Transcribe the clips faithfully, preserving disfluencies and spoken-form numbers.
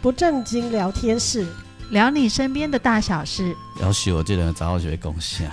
不正经聊天室， 聊你身边的大小事。 要是我这人早就会讲啥。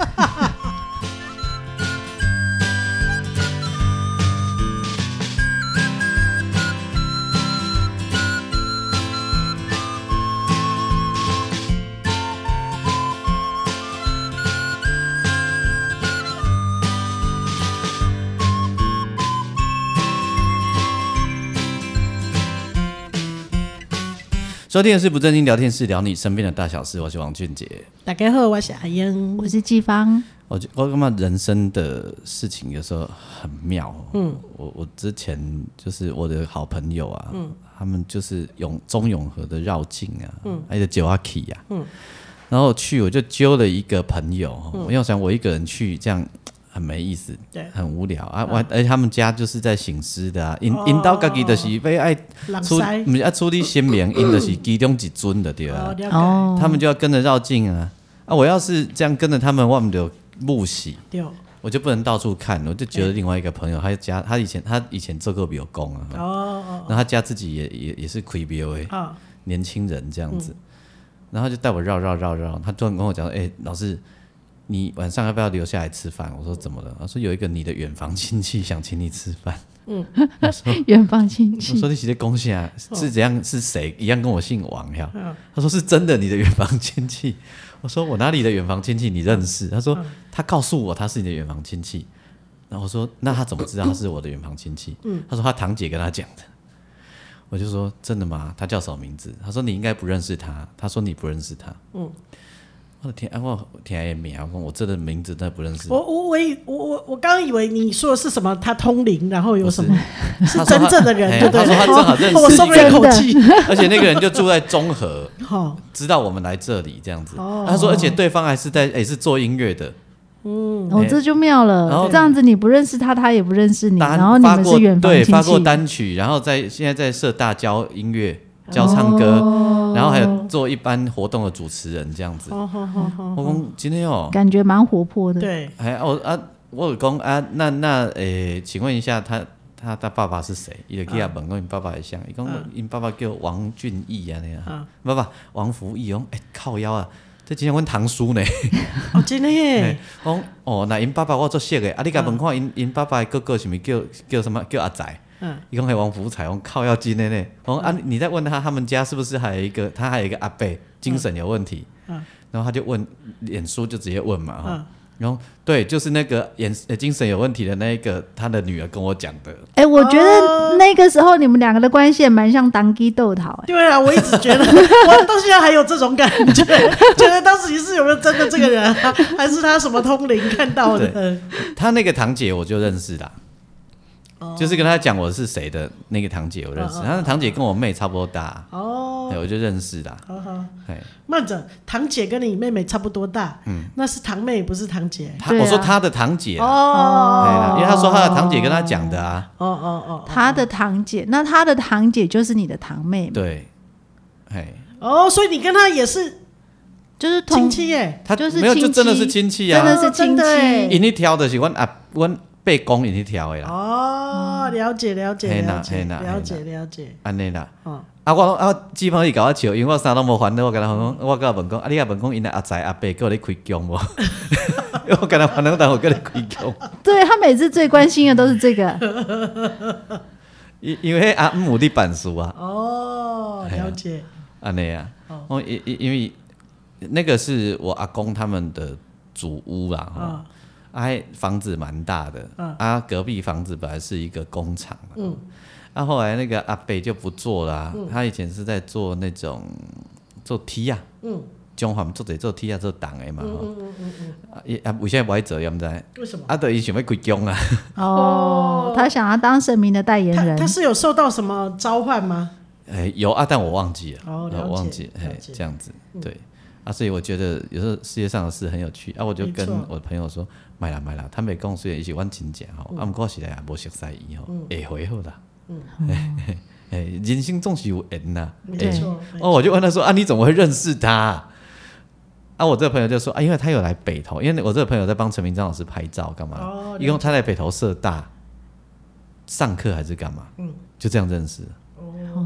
收听的是不正经聊天室，聊你身边的大小事。我是王俊杰。 大家好，我是阿英， 我是季芳。 我我感觉人生的事情有时候很妙。嗯，我我之前就是我的好朋友啊，嗯，他们就是永中永和的绕境啊，嗯，还有九阿 K 啊，嗯，然后去我就揪了一个朋友，嗯，因为我想我一个人去这样很没意思，对，很无聊啊。我、嗯、而且他们家就是在醒狮的啊，因因到家己就是要爱出，不是要处理新名，因就是其中一尊的对啊。哦，他们就要跟着绕境啊。啊，我要是这样跟着他们，我们就不喜，我就不能到处看。我就觉得另外一个朋友，他家他以前他以前做过庙公啊，哦哦，然后他家自己也也也是开庙的，哦，年轻人这样子，嗯，然后就带我绕绕绕绕，他突然跟我讲说：“哎，欸，老师。”你晚上要不要留下来吃饭？我说怎么了？他说有一个你的远房亲戚想请你吃饭。嗯， 远房亲戚。 我说你是在恭喜啊？是怎样？是谁？一样跟我姓王呀？他说是真的，你的远房亲戚。我说我哪里的远房亲戚你认识？他说他告诉我他是你的远房亲戚。然后我说那他怎么知道他是我的远房亲戚？嗯，他说他堂姐跟他讲的。我就说真的吗？他叫什么名字？他说你应该不认识他。他说你不认识他。嗯。我天！我听他的名，我我真的名字真的不认识。 我我我我我刚刚以为你说的是什么？他通灵，然后有什么？是真正的人，对不对？ 他说他正好认识， 我松了一口气。 而且那个人就住在中和，知道我们来这里这样子。他说，而且对方还是在也是做音乐的。 嗯，哦，这就妙了。然后这样子，你不认识他，他也不认识你，然后你们是远房亲戚。 对，发过单曲，然后在现在在社大教音乐。教唱歌，哦，然后还有做一般活动的主持人这样子。哦哦哦哦，我讲今天哦， 感觉蛮活泼的。 对， 哎哦啊，我有讲啊，那那诶，请问一下他他他爸爸是谁？伊就去遐问讲，因爸爸会像，伊讲因爸爸叫王俊义啊那样，爸爸王福义哦，哎靠腰啊，这今天阮堂叔呢。 哦，真的耶。 讲哦，那因爸爸我做熟的，啊你甲问看因因爸爸的哥哥是咪叫叫什么叫阿仔？伊讲系王福彩，我靠要金的呢。我啊，你在问他，他们家是不是还有一个，他还有一个阿伯精神有问题？嗯，然后他就问，脸书就直接问嘛，嗯，然后对，就是那个眼精神有问题的那一个，他的女儿跟我讲的。 哎，欸，我觉得那个时候你们两个的关系也蛮像当机斗桃。哎， 对啊，我一直觉得，我到现在还有这种感觉，觉得当时是有没有真的这个人，啊，还是他什么通灵看到的？ 他那个堂姐我就认识啦。就是跟他讲我是谁的那个堂姐，我认识。他的堂姐跟我妹差不多大，哦，我就认识啦。好好， 慢着，堂姐跟你妹妹差不多大，嗯，那是堂妹不是堂姐。 他我说他的堂姐哦，因为他说他的堂姐跟他讲的啊。 哦哦哦，他的堂姐，那他的堂姐就是你的堂妹。 对，哎， 哦，所以你跟他也是就是亲戚耶， 他就是没有就真的是亲戚啊， 真的是亲戚。 因你挑的是阮阿阮。被公引去挑的啦。 哦，了解了解了解了解了解。 安尼啦。哦。啊，我啊，基本上伊甲我笑，因为我啥都无烦恼，我跟他讲，我甲问讲，啊，你甲问讲，因阿仔阿伯叫你开工无？我跟他烦恼，但我叫你开工。 对他每次最关心的都是这个。 因因为阿姆的板书啊。 哦，了解。 安尼啊。哦。因因为那个是我阿公他们的祖屋啦。哦。啊，房子蛮大的，嗯，啊，隔壁房子本来是一个工厂，嗯，啊，后来那个阿伯就不做了，啊嗯，他以前是在做那种做梯啊，嗯，中华做者做梯啊做档的嘛，嗯嗯嗯嗯，啊，为什么不爱做？也不知道为什么？ 啊，对，伊想要开工啊， 哦，他想要当神明的代言人， 他, 他是有受到什么召唤吗？ 哎，有啊，但我忘记了， 哦， 我忘记，哎，这样子，对。啊，所以我觉得有时候世界上的事很有趣啊，我就跟我的朋友说，买啦买啦，他们讲虽然伊是阮亲戚吼，啊，毋过是来也无熟悉伊吼，会回好啦。嗯，哎，人生总是有缘呐。 没错。 哦，我就问他说啊，你怎么会认识他？啊，我这个朋友就说啊，因为他有来北投，因为我这个朋友在帮陈明章老师拍照干嘛？哦。一共他在北投社大上课还是干嘛？嗯，就这样认识。哦。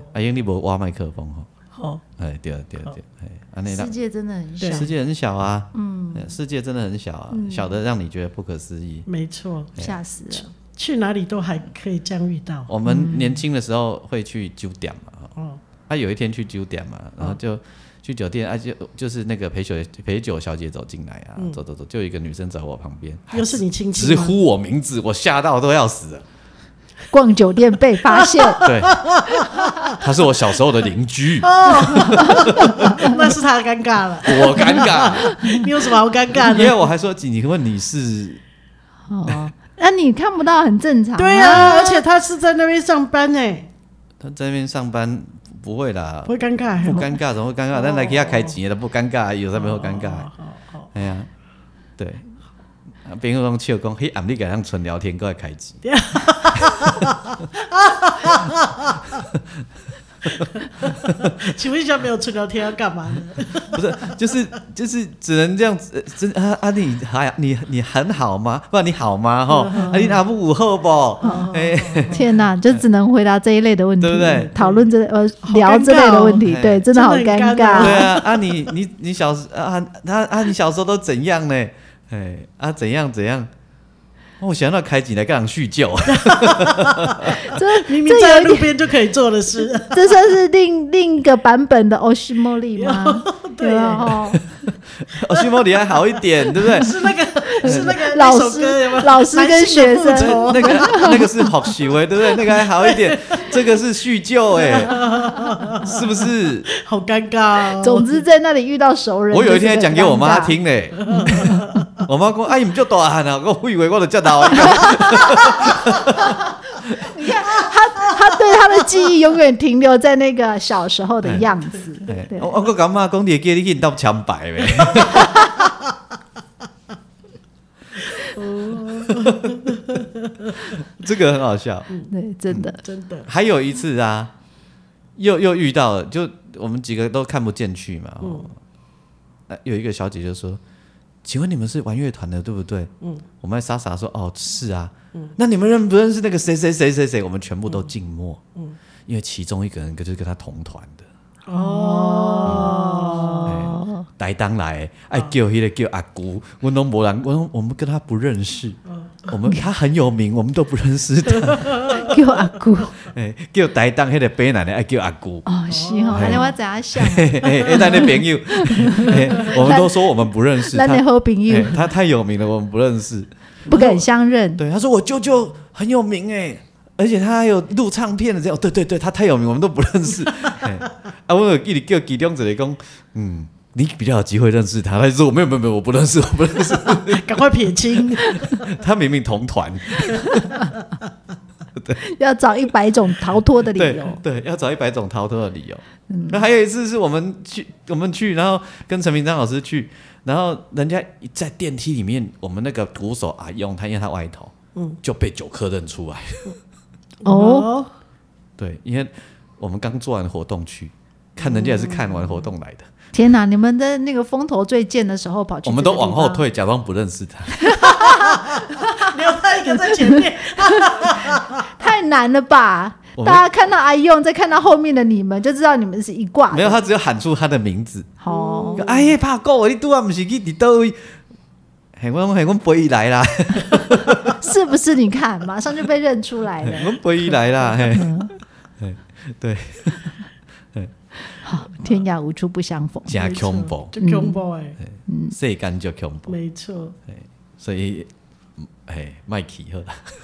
阿英你无挖麦克风吼。 哦， 哎，对对对，哎， 世界真的很小， 世界很小啊，嗯，世界真的很小啊，嗯、小的让你觉得不可思议， 没错， 吓死了， 去哪里都还可以这样遇到。 我们年轻的时候会去酒店嘛，哦，他、啊、有一天去酒店嘛，然后就去酒店，啊就就是那个陪酒陪酒小姐走进来啊，嗯、走走走，就有一个女生走我旁边， 又是你亲戚， 直呼我名字，我吓到都要死了。 逛酒店被发现， 对，他是我小时候的邻居。 哦，那是他尴尬了， 我尴尬。 你有什么好尴尬的？ 因为我还说，你问你是， 哦，那你看不到很正常、啊。 对啊，而且他是在那边上班呢、欸。 他在那边上班不会啦， 不会尴尬， 不尴尬，怎么会尴尬？咱来给他开钱的不尴尬，有啥没有尴尬？哎呀，对。朋友拢笑讲，迄暗你给人纯聊天，搁来开机。 请问一下，没有纯聊天要干嘛呢？ 不是，就是就是只能这样子。真啊啊你还你你很好吗？不然你好吗？哈，啊你阿不午后不？哎， 天哪，就只能回答这一类的问题， 对不对？ 讨论这呃聊这类的问题，对，真的好尴尬。 对啊，啊你你你小时啊他啊你小时候都怎样呢？哎啊怎样怎样？我想到开几来跟人叙旧， 这明明在路边就可以做的事， 这算是另另一个版本的欧西莫里吗？ 对啊， 欧西莫里还好一点，对不对？ 是那个是那个老师老师跟学生那个那个是好行为，对不对？那个还好一点，这个是叙旧，哎，是不是？ 好尴尬哦。 总之在那里遇到熟人， 我有一天还讲给我妈听嘞。我妈讲：“哎，你就大汉啊！我以为我就叫大。” 你看他，他对他的记忆永远停留在那个小时候的样子。 我我跟妈讲，你叫你去斗枪牌呗。这个很好笑， 对，真的、嗯、 真的。 还有一次啊，又又遇到了，就我们几个都看不进去嘛。嗯、有一个小姐就说。请问你们是玩乐团的对不对？嗯，我们还傻傻说哦是啊，嗯，那你们认不认识那个谁谁谁谁谁？我们全部都静默，嗯，因为其中一个人就是跟他同团的哦，台东来，爱叫那个叫阿姑，我都没人，我我们跟他不认识，我们他很有名，我们都不认识他， 叫阿姑， 哎，叫台东那个北南的爱叫阿姑， 哦是哦，那我怎样想？ 哎，那那朋友，我们都说我们不认识， 那那好朋友， 他太有名了，我们不认识， 不敢相认。 对，他说我舅舅很有名哎，而且他还有录唱片的这样，对对对，他太有名，我们都不认识。啊，我有一直叫其中一个讲，嗯。你比较有机会认识他，他就说我没有没有没有，我不认识，我不认识， 赶快撇清。 他明明同团， 对，要找一百种逃脱的理由， 对，对要找一百种逃脱的理由。嗯、那还有一次是我们去，我们去，然后跟陈明章老师去，然后人家在电梯里面，我们那个鼓手阿用，他因为他歪头，嗯，就被九科认出来。 哦， 对，因为我们刚做完活动去，看人家也是看完活动来的。 天哪！你们的那个风头最贱的时候跑去， 我们都往后退，假装不认识他， 留他一个在前面， 太难了吧？大家看到阿用，再看到后面的你们，就知道你们是一挂。 没有，他只有喊出他的名字。 哦， 哎呀，怕狗，你拄啊，不是去伫倒位？嘿，我嘿，我陪伊来啦。 是不是？你看，马上就被认出来了。 我陪伊来啦，嘿，嘿对。 好，天涯无处不相逢， 真恐怖， 就恐怖哎， 世间就恐怖， 没错。 所以，哎，麦克好了。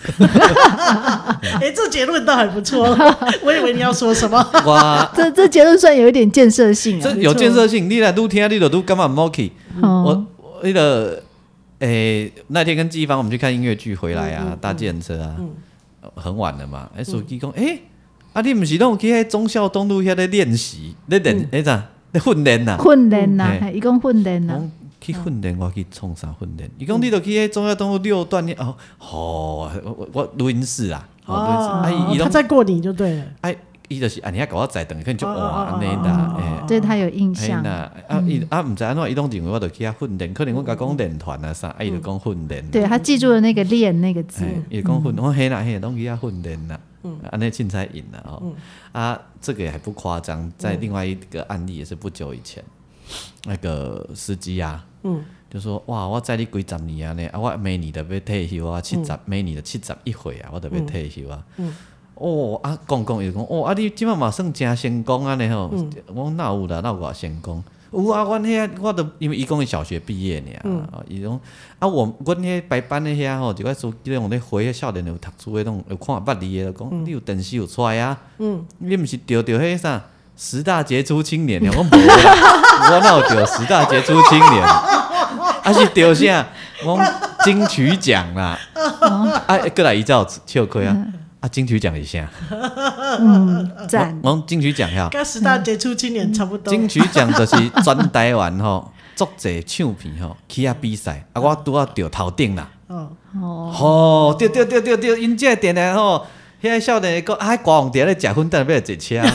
哎，这结论倒还不错，我以为你要说什么。 哇， 这这结论算有一点建设性啊， 这有建设性。你来愈听，你就愈感觉唔去。我那个，哎，那天跟季芳我们去看音乐剧回来啊，搭计程车啊，很晚了嘛。哎，手机讲，哎。啊！你不是拢去迄忠孝东路遐咧练习，咧练迄啥咧训练呐？ 训练呐，伊讲训练呐。 去训练，我去创啥训练？伊讲你著去迄忠孝东路六段哦，哦，我我录音室啦， 哦，他在过你就对了。 哎，伊就是啊，你还搞我在等，可能就哇安尼啦，哎， 对他有印象。 啊，伊啊，毋知安怎，伊拢认为我著去遐训练，可能我甲讲练团啊啥，伊就讲训练。 对他记住了那个练那个字， 伊讲训，我嘿啦嘿，拢去遐训练啦。 安内凊彩赢了哦。嗯、啊，这个也还不夸张，在另外一个案例也是不久以前，那个司机啊，嗯，就说哇，我载你几十年啊呢，啊，我明年就要退休啊，七十，明年就七十一岁啊，我就要退休啊。嗯嗯哦，啊，讲讲伊讲，哦，啊，你即摆嘛算真成功安尼吼。嗯、我讲哪有啦，哪有偌成功？有啊，阮遐我都因为伊讲伊小学毕业尔，嗯、伊讲啊，我阮遐白班的遐吼，一个司机用咧回少年有读书的那种，有看捌字的，讲、嗯、你有电视有出来啊？嗯，你毋是钓钓迄啥十大杰出青年？我讲无啦，我哪有钓十大杰出青年？啊是钓啥？我讲金曲奖啦，啊，过来伊才有笑亏啊。啊，金曲奖一下， 嗯，赞。 我金曲奖呀， 跟十大杰出青年差不多。 金曲奖就是全台湾吼，作者唱片吼去啊比赛，啊，我拄啊钓头顶啦。哦哦，吼，对对对对对，因这电台吼，遐个少年讲，啊，歌王伫咧食薰，等下要坐车。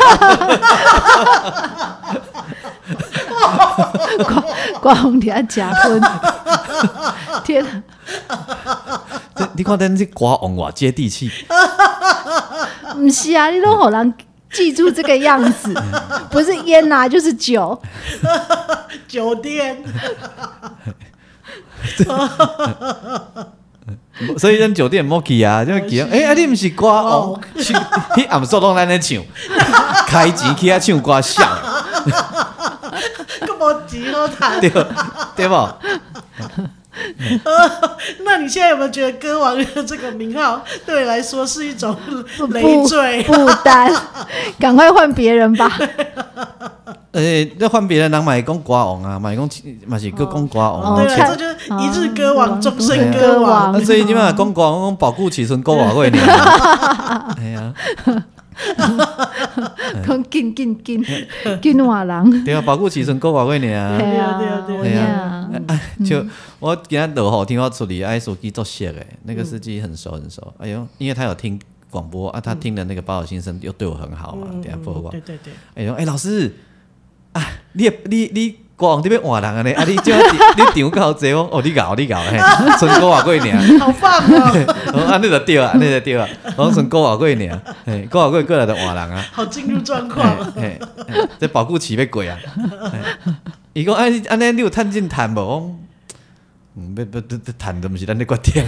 歌王伫咧食薰，天啊！ 你看，咱这歌王偌接地气。 不是啊，你都好人记住这个样子，不是烟啊，就是酒。 酒店。 所以咱酒店莫去啊，就记哎啊，你毋是歌王，去去暗数拢咱咧唱，开钱去遐唱歌笑。 咁无钱好谈。 对对不？ 呃，那你现在有没有觉得歌王的这个名号对你来说是一种累赘负担？赶快换别人吧。 呃，要换别人，人嘛会讲歌王啊，嘛会讲嘛是个讲歌王。 对啊，这就是一日歌王，终身歌王。 啊，所以即摆讲歌王，讲保固期剩过偌几年。哎呀。 讲紧紧紧紧换人， 对啊，保固期剩过偌几年啊？ 对啊，对啊，对啊。 就我今天落雨天我处理爱司机做熟诶，那个司机很熟很熟。哎呦，因为他有听广播啊，他听的那个保有新生又对我很好嘛，等下播我。 对对对。 哎呦，哎老师啊，你你你。歌王这边换人啊呢，啊你这你场够济哦，你搞你搞嘿，剩过偌几年， 好棒哦！ 啊你就对啊，你就对啊，我剩过偌几年，嘿，过偌几过来就换人啊， 好进入状况， 嘿，这保固期要过啊，伊讲安安尼你有趁钱趁无？嗯，要要要趁都毋是咱咧决定，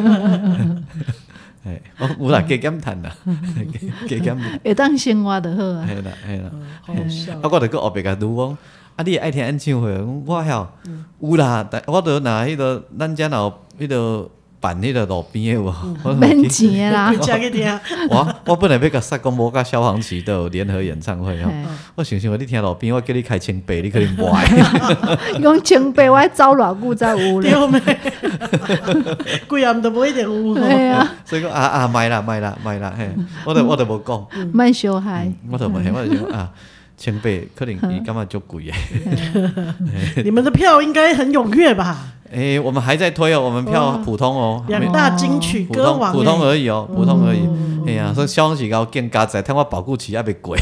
嘿，有啦，加减趁啦，加减， 会当生活就好啊， 嘿啦嘿啦， 好好笑， 啊我着搁后壁甲愈讲。啊！你爱听演唱会，我晓、嗯、有啦，但我著拿迄个咱遮若有迄个办迄个路边的有无？ 免钱啦！ 我我本来要甲说讲，无甲消防旗都有联合演唱会吼。我想想，你听路边，我叫你开千八，你可能不爱。 用千八，我走偌久才有咧。 对咩？规暗都无一定有。 对啊。 所以讲啊啊，卖啦卖啦卖啦嘿！我著我著无讲。 卖小孩。 我著无，我就讲啊。千倍可能你干嘛就贵耶？ 你们的票应该很踊跃吧？ 哎、欸，我们还在推哦，我们票普通哦， 两大金曲歌王、欸， 普通而已哦，普通而已。哎呀、嗯，所以消防旗高更加载，听我保固期还袂贵，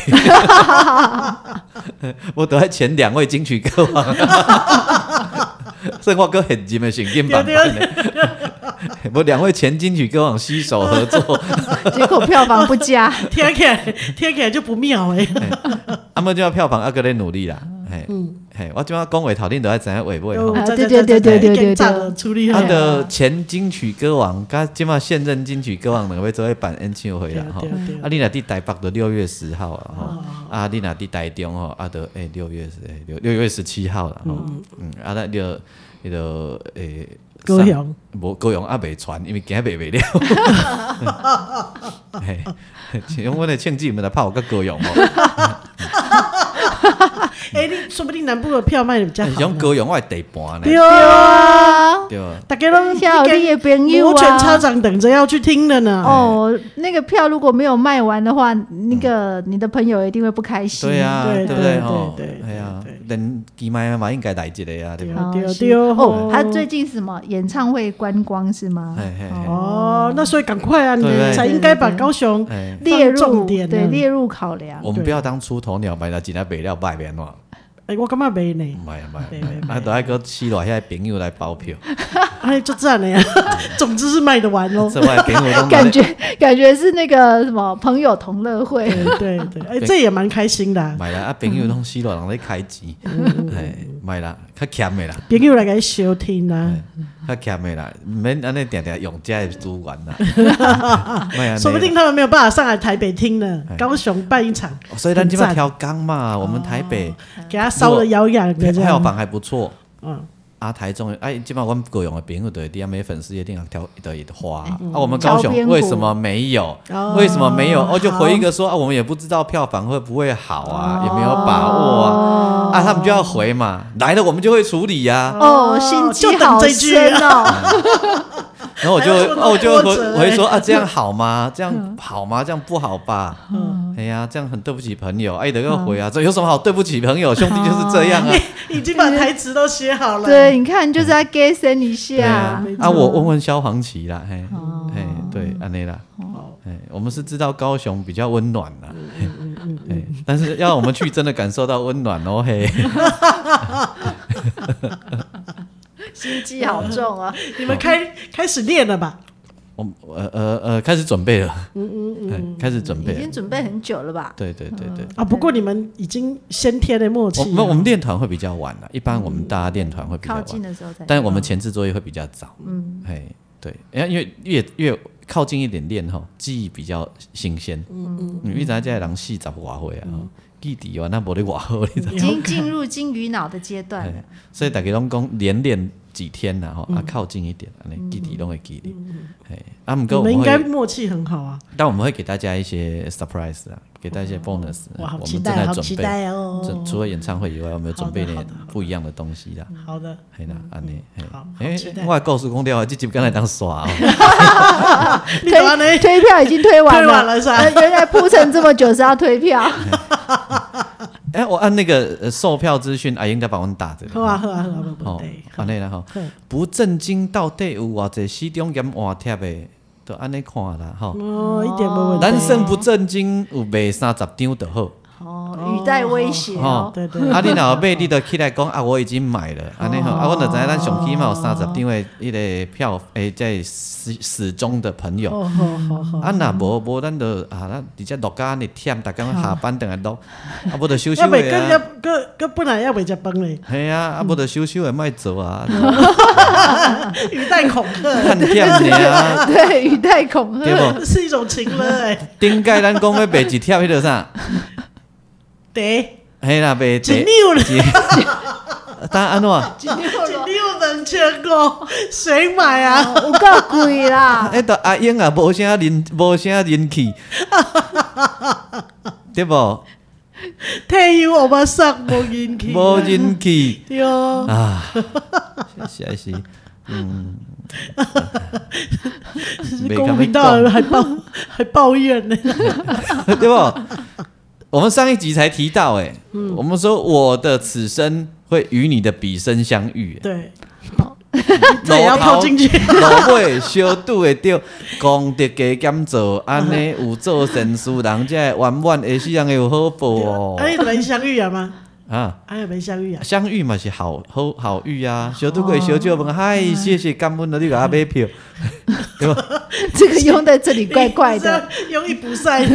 我都在前两位金曲歌王，所以我跟现金的现金版本的。我两位前金曲歌王携手合作， 结果票房不佳， 听起来听起来就不妙哎、 欸。啊，么就要票房要搁咧努力啦，嘿，嗯，嘿，我今仔讲话头顶都爱知影话尾哦，对对对对对对对， 他的前金曲歌王，甲今仔现任金曲歌王两位做伙办演唱会啦，吼，啊，你若伫台北就六月十号啊，吼，啊，你若伫台中吼，啊，就诶六月诶六六月十七号啦，吼，嗯，啊，那就迄个诶。 高雄无高雄还袂传，因为今日卖袂了。嘿，像阮的庆记们来拍我个高雄哦。 哎、欸，你说不定南部的票卖的比较好。 像高雄我的地盘呢。 对啊， 对啊， 大家都小弟的朋友啊， 摩拳擦掌等着要去听的呢。 哦，那个票如果没有卖完的话，那个你的朋友一定会不开心。 对啊，对不对？ 哦，对， 哎呀，连期卖嘛应该来一个啊，对吧？ 对对哦，他最近什么演唱会观光是吗？ 哦，那所以赶快啊，你才应该把高雄列入对列入考量。 我们不要当出头鸟，买了几台北料卖别喏。 哎，我感觉袂呢， 唔系唔系， 袂袂啊，都爱个死落遐朋友来包票， 哎，就这样的呀。总之是卖得完喽。 这我的朋友都感觉感觉是那个什么朋友同乐会， 对对对，哎，这也蛮开心的、啊。 买啦，啊，朋友拢死落人咧开钱，哎，买啦，较欠的啦， 朋友来给收听啊， 较欠的啦，唔免安尼定定用这的资源啦， 说不定他们没有办法上来台北听呢，高雄办一场， 所以咱今晚挑工嘛，我们台北给他烧的痒痒的这样， 票房还不错， 嗯。 啊，台中哎，基本上我们高雄的朋友对 D M A 粉丝一定要挑的花啊，啊，我们高雄为什么没有？为什么没有？哦，就回一个说啊，我们也不知道票房会不会好啊，也没有把握啊，啊，他们就要回嘛，来了我们就会处理呀。 哦，心机好深哦。 然后我就哦，我就回回说啊，这样好吗？这样好吗？这样不好吧？哎呀，这样很对不起朋友，哎，得要回啊，这有什么好对不起朋友？兄弟就是这样啊。 已经把台词都写好了。 对，你看就是要给声一下。 啊，我问问萧煌奇啦，嘿，嘿，对，安内啦，哎，我们是知道高雄比较温暖啦，哎，但是要我们去真的感受到温暖哦，嘿。 心机好重啊！ 你们开开始练了吧？ 我呃呃呃，开始准备了，嗯嗯嗯，开始准备了， 已经准备很久了吧？ 对对对对。 啊，不过你们已经先天的默契。 我们我们练团会比较晚了，一般我们大家练团会比较晚， 靠近的时候才。 但我们前置作业会比较早，嗯，嘿，对，因为越越靠近一点练哈，记忆比较新鲜，嗯嗯，你知道这人四十外岁啊，记忆哦那无咧偌好，你知道？ 已经进入金鱼脑的阶段了， 所以大家拢讲连练几天啦，吼，啊靠近一点，安尼记忆拢会记哩，嘿，啊，不过你们应该默契很好啊。 但我们会给大家一些 surprise 啊，给大家一些 bonus， 哇，好我期待，好们正在准期待备。 哦！ 除了演唱会以外，我们有准备点不一样的东西啦。 好的， 嘿啦，安尼， 好， 哎期待。 我告诉公调，这集刚才当耍哦。 推推票已经推完了， 推完了是吧？ 原来铺陈这么久是要推票。 哎，我按那个售票资讯，阿英该帮我们打着。 好啊，好啊，好啊， 好， 对， 安尼啦吼。不正经到底有偌济四中盐换贴的，就安尼看啦吼。 哦，一点没问题。 男生不正经有卖三十张就好。 哦，语带威胁哦。 对对。啊，你若有买，你就起来讲啊，我已经买了，安尼吼。啊，我就知影咱上起码有三十张的迄个票，诶，在死死忠的朋友。 好好好。 啊，若无无，咱就啊，咱直接落家安尼忝，逐工下班等下落，啊，无就收收的啊。要袂，个个本来要袂食饭嘞。 系啊，啊，无就收收的，莫做啊。 语带恐吓。 很忝你啊。 对，语带恐吓。 对不？ 是一种情勒诶。 顶届咱讲要卖一贴迄个啥？ 茶。 嘿啦，卖茶。 一两了。 但安怎？ 一两两千五，谁买啊？ 有够贵啦！ 迄个阿英啊，无啥人，无啥人气，对不？ 退休欧巴桑无人气， 无人气。 对啊， 是还是嗯， 公平到还抱还抱怨呢， 对不？我们上一集才提到、欸，哎、嗯，我们说我的此生会与你的彼生相遇、欸， 对，这也要靠进去， 路尾小拄会着，功德加减做，安尼有做善事人，才会圆满下世人会有好报哦。 哎，你们相遇啊吗？ 啊， 哎，没相遇啊？ 相遇嘛是好好好遇啊，小拄过小酒问，嗨，谢谢感恩了，你给他买票，对吧？ 这个用在这里怪怪的， 用一不善。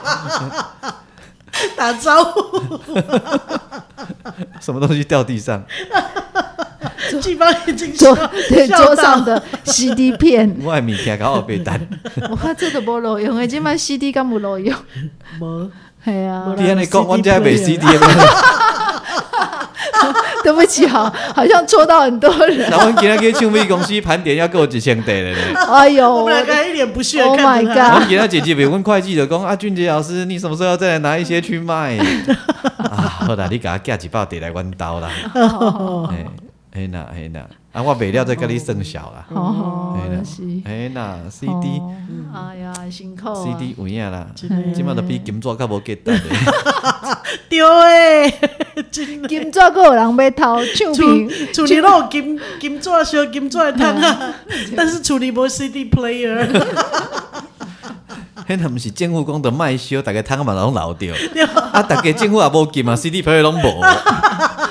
打招呼， 什么东西掉地上？ 季芳已经桌对桌上的 C D 片， 我的物件搞我被单。 我看这个无路用的，今麦 C D 敢无路用？ 无， 系啊。 你安尼讲，阮家卖 C D 的。 对不起，好，好像戳到很多人。 然后今天去唱片公司盘点，要给我一千块了呢。 哎呦， 我们两个一脸不屑 ，Oh my god！ 我今天姐姐问会计的讲啊，俊杰老师，你什么时候要再来拿一些去卖？啊，好啦，你给他寄一包地来阮兜啦。哎，嘿呐嘿呐，啊，我卖了再跟你算小啦。 哦，是。 嘿呐 ，C D， 哎呀，辛苦啊 C D 有影啦，即马都比金纸较无价值。 对诶， 金纸还有人要偷唱片， 厝里拢有金金纸烧金纸的汤啊，但是厝里无 C D player。 迄若毋是政府讲的卖烧，大家汤嘛拢留着，啊，大家政府也无金嘛 ，C D player 拢无。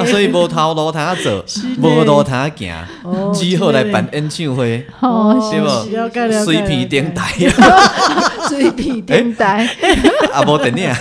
所以无头路通啊做，无路通啊行，只好来办演唱会， 哦， 对了解了解无？随便顶台， 水皮电台， 啊无电影，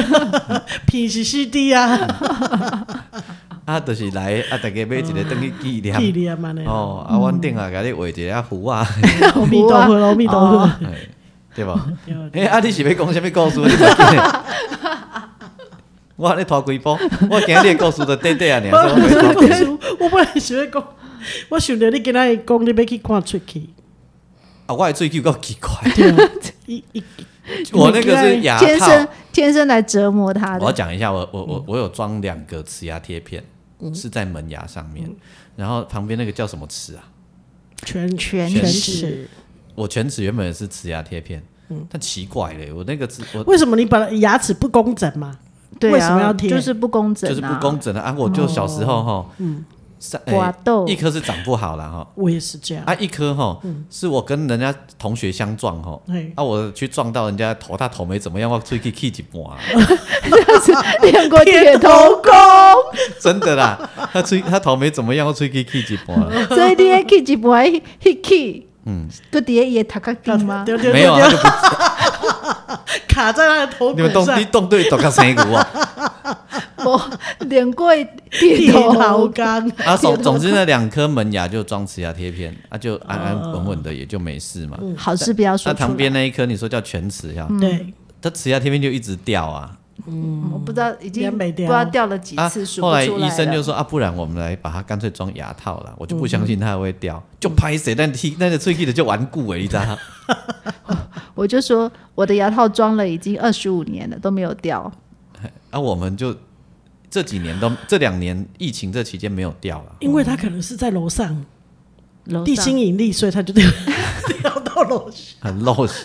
P 是 C D 啊， 啊，就是来啊，大家买一个等去纪念。 纪念嘛呢。 哦，啊，阮顶下甲你画一个符啊， 阿弥陀佛，阿弥陀佛。 嘿对无？诶，啊，你是要讲啥物故事？你袂记得？我咧拖几部，我今日的故事就短短啊，尔，所以我袂拖故事，我本来想要讲，我想着你今仔日讲你要去看出去， 啊，我的喙齿够奇怪， 一一我那个是牙天生套。 天生来折磨他我要的。 讲一下，我我我我有装两个齿牙贴片，是在门牙上面，然后旁边那个叫什么齿啊？ 全全全齿。 我全齿原本是齿牙贴片，但奇怪嘞，我那个齿我为什么你把牙齿不工整嘛？ 对啊， 为什么要贴就是不工整、啊， 就是不工整的啊！我就小时候哈，嗯， 刮豆一颗是长不好了哈， 我也是这样。 啊，一颗哈是我跟人家同学相撞哈， 嘿啊，我去撞到人家头，他头没怎么样，我喙齿起一半， 练过铁头功， 真的啦，他喙他头没怎么样，我喙齿起一半， 所以你的起一半迄起，嗯，搁伫伊的头壳顶吗？ 对对没有，他就不， 卡在他的头你们动骨上你。动对都较生骨啊！ 无练过铁剃头头， 缸， 啊，总总之那两颗门牙就装齿牙贴片，啊，就安安稳稳的，也就没事嘛。 好事不要说出来。 那旁边那一颗你说叫全齿呀， 对， 它齿牙贴片就一直掉啊。 我不知道已经也没掉不知道掉了几啊次，数不后来出来医生就了说啊，不然我们来把它干脆装牙套了。我就不相信它会掉，就拍谁，但剃那个喙齿的就顽固哎，你知道吗？ 我就说我的牙套装了已经二十五年了都没有掉。 啊，我们就这几年都这两年疫情这期间没有掉了。 因为他可能是在楼上， 楼上地心引力，所以他就掉掉到楼下。 很漏死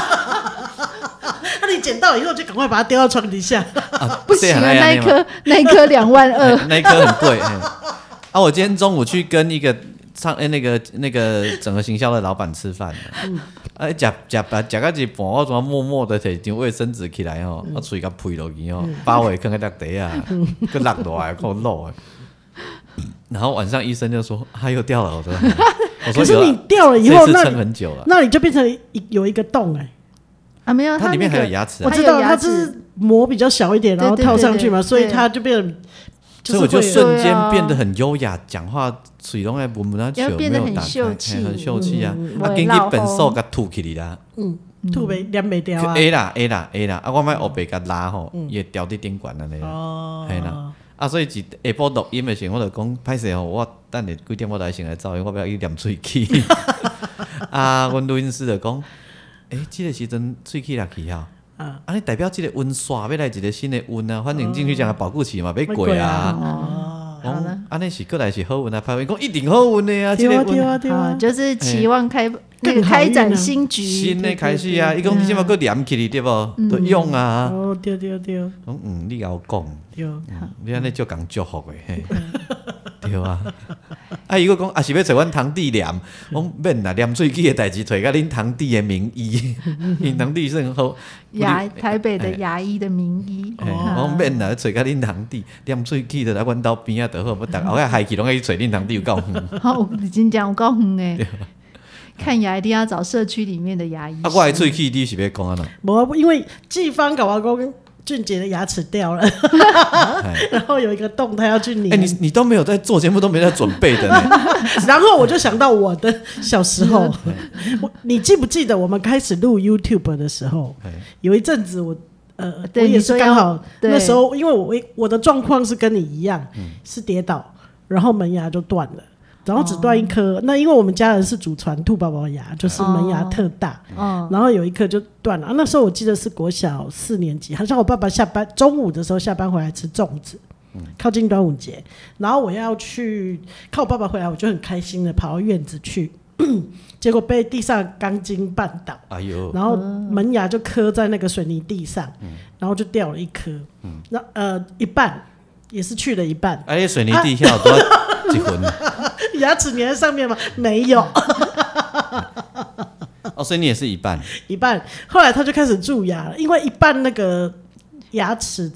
那你捡到以后就赶快把它丢到床底下。 啊！ 不行啊， 这样那一颗那一颗两万二， 那一颗很贵。嘿啊，我今天中午去跟一个上诶、那个那个整合行销的老板吃饭，嗯，啊，食食食到一半，我怎默默的摕张卫生纸起来吼，我喙甲呸落去吼，把尾放在落地啊，佮落落来，够漏的。然后晚上医生就说他又掉了，我说，我说有啊可是你掉了以后， 这次那撑很久了， 那你就变成一有一个洞哎、 啊，没有， 它里面那个还有牙齿啊我知道它有牙齿它就是膜比较小一点，然后对对套上去嘛， 对对所以它就变成， 所以我就就是会有瞬间对啊变得很优雅，讲话嘴拢在闻闻啊球， 要变得很没有打开， 秀气嘿很秀气啊嗯！ 啊，紧去不会落本手风甲吐起嚟啦。 吐没连没掉啊。 A 啦 A 啦 A 啦，啊，我买后背甲拉吼，也掉伫顶管安尼啦， 哦， 系啦。啊，所以一下晡录音的时候，我就讲歹势吼，我等下几点我来先来走，因为我不要去念喙齿。啊，阮录音师就讲，诶、欸，即、這个时阵喙齿落去吼， 啊， 啊，你代表即个温刷要来一个新的温啊，反正进去讲个保护期嘛，要过会啊。 哦， 好了讲安尼是过来是好运啊，歹运讲一定好运的啊，即、 对啊个运对啊对啊啊，，就是期望开那个更好运啊开展新局， 新的开始啊。伊讲你即马搁念起哩对无？都用啊。 哦对对对讲嗯，你甲我讲。 对， 嗯你安尼就讲祝福的，嘿，对啊。啊，伊个讲啊是要找阮堂弟念，讲免啦，念喙齿的代志推甲恁堂弟的名医，因堂弟是很好。 牙台北的牙医的名医， 嘿啊讲免啦，找甲恁堂弟念喙齿的来阮兜边仔就好，要逐后个海去拢爱去找恁堂弟有够远。 好，已经讲有够远诶。看牙一定要找社区里面的牙医师。 啊，我的喙齿你是要讲安怎？ 无因为季芳搞我讲俊杰的牙齿掉了，然后有一个洞，他要去哎、 粘。 你你都没有在做节目，都没在准备的呢。 然后我就想到我的小时候，我你记不记得我们开始录 YouTube 的时候，有一阵子我呃， 对我也是刚好对那时候，因为我我的状况是跟你一样，是跌倒，然后门牙就断了。然后只断一颗，那因为我们家人是祖传兔宝宝牙，就是门牙特大， 嗯， 然后有一颗就断了。啊、那时候我记得是国小四年级，好像我爸爸下班中午的时候下班回来吃粽子，靠近端午节，然后我要去看我爸爸回来，我就很开心的跑到院子去，结果被地上钢筋绊倒， 哎呦， 然后门牙就磕在那个水泥地上，然后就掉了一颗，那呃一半也是去了一半， 哎、水泥地下有多几分？ 牙齿粘在上面吗？没有。 哦，所以你也是一半。 一半，后来他就开始蛀牙了，因为一半那个牙齿的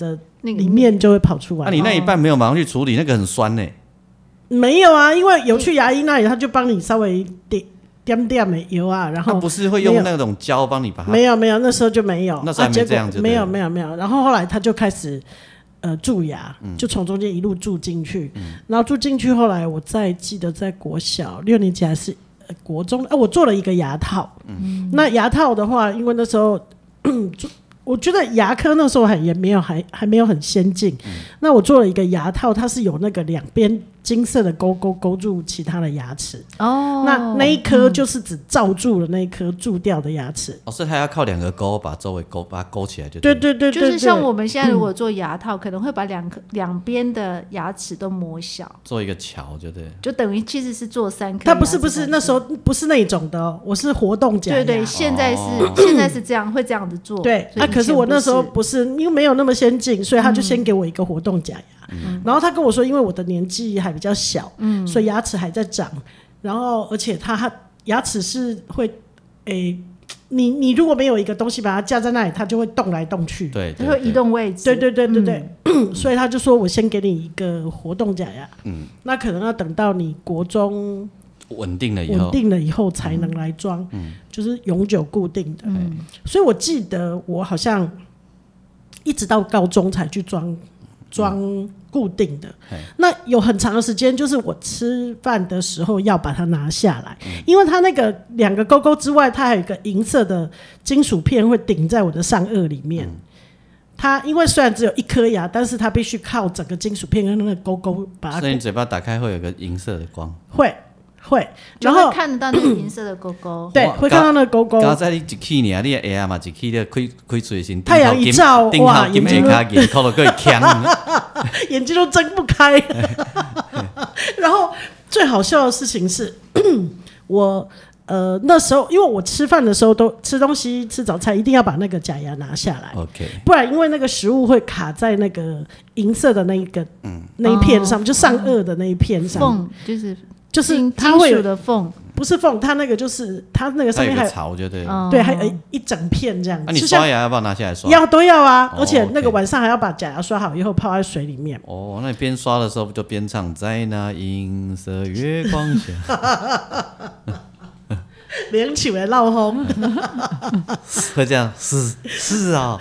那个里面就会跑出来。 啊，你那一半没有马上去处理，那个很酸呢、欸。 没有啊，因为有去牙医那里，他就帮你稍微点点点的油啊，然后他不是会用那种胶帮你把它？ 没有没有，那时候就没有， 那时候还没这样子、啊、 没有没有没有。然后后来他就开始呃蛀牙，嗯、就从中间一路蛀进去，嗯、然后蛀进去，后来我再记得在国小六年级还是、呃、国中，啊，我做了一个牙套。嗯、那牙套的话，因为那时候我觉得牙科那时候还也没有还还没有很先进，嗯、那我做了一个牙套，它是有那个两边金色的勾勾勾住其他的牙齿哦，那那一颗就是只罩住了那一颗蛀掉的牙齿哦，所以它要靠两个勾把周围勾把它勾起来就对对对对， 就是像我们现在如果做牙套，嗯、可能会把两颗两边的牙齿都磨小， 做一个桥，就对， 就等于其实是做三颗。 它不是不是那时候不是那种的、哦，我是活动假牙。 对对，现在是、哦、现在是这样会这样子做。 对，啊，可是我那时候不是因为没有那么先进，所以他就先给我一个活动假牙。嗯、然后他跟我说，因为我的年纪还比较小，嗯、所以牙齿还在长，然后而且他牙齿是会，诶，你你如果没有一个东西把它架在那里，它就会动来动去， 对， 它会移动位置， 对对对对对，嗯、所以他就说我先给你一个活动假牙，嗯，那可能要等到你国中稳定了以后， 稳定了以后才能来装，嗯、就是永久固定的，嗯、所以我记得我好像一直到高中才去装。装固定的，嗯、那有很长的时间，就是我吃饭的时候要把它拿下来，嗯、因为它那个两个勾勾之外，它还有一个银色的金属片会顶在我的上颚里面。嗯、它因为虽然只有一颗牙，但是它必须靠整个金属片跟那个勾勾把它。 所以你嘴巴打开会有个银色的光。 会。会， 然后看得到那个银色的勾勾， 对，会看到那个勾勾。 刚才你一起呢，你的牙嘛一起的开开嘴先， 太阳一照，哇， 眼睛卡眼抠了可以呛， 眼睛都睁不开。然后最好笑的事情是，我呃那时候因为我吃饭的时候都吃东西吃早餐一定要把那个假牙拿下来 ，OK， 不然因为那个食物会卡在那个银色的那一个、嗯、那一片上，就上颚的那一片上， 缝就是。 就是它会有的缝， 不是缝，它那个就是它那个上面还有槽，就对， 对，还有一整片这样子。 那、啊、你刷牙要不要拿下来刷？ 要都要啊， 哦、 而且那个晚上还要把假牙刷好以后泡在水里面。 哦，那你边刷的时候就边唱在那银色月光下， 连起来闹哄， 会这样，是是啊、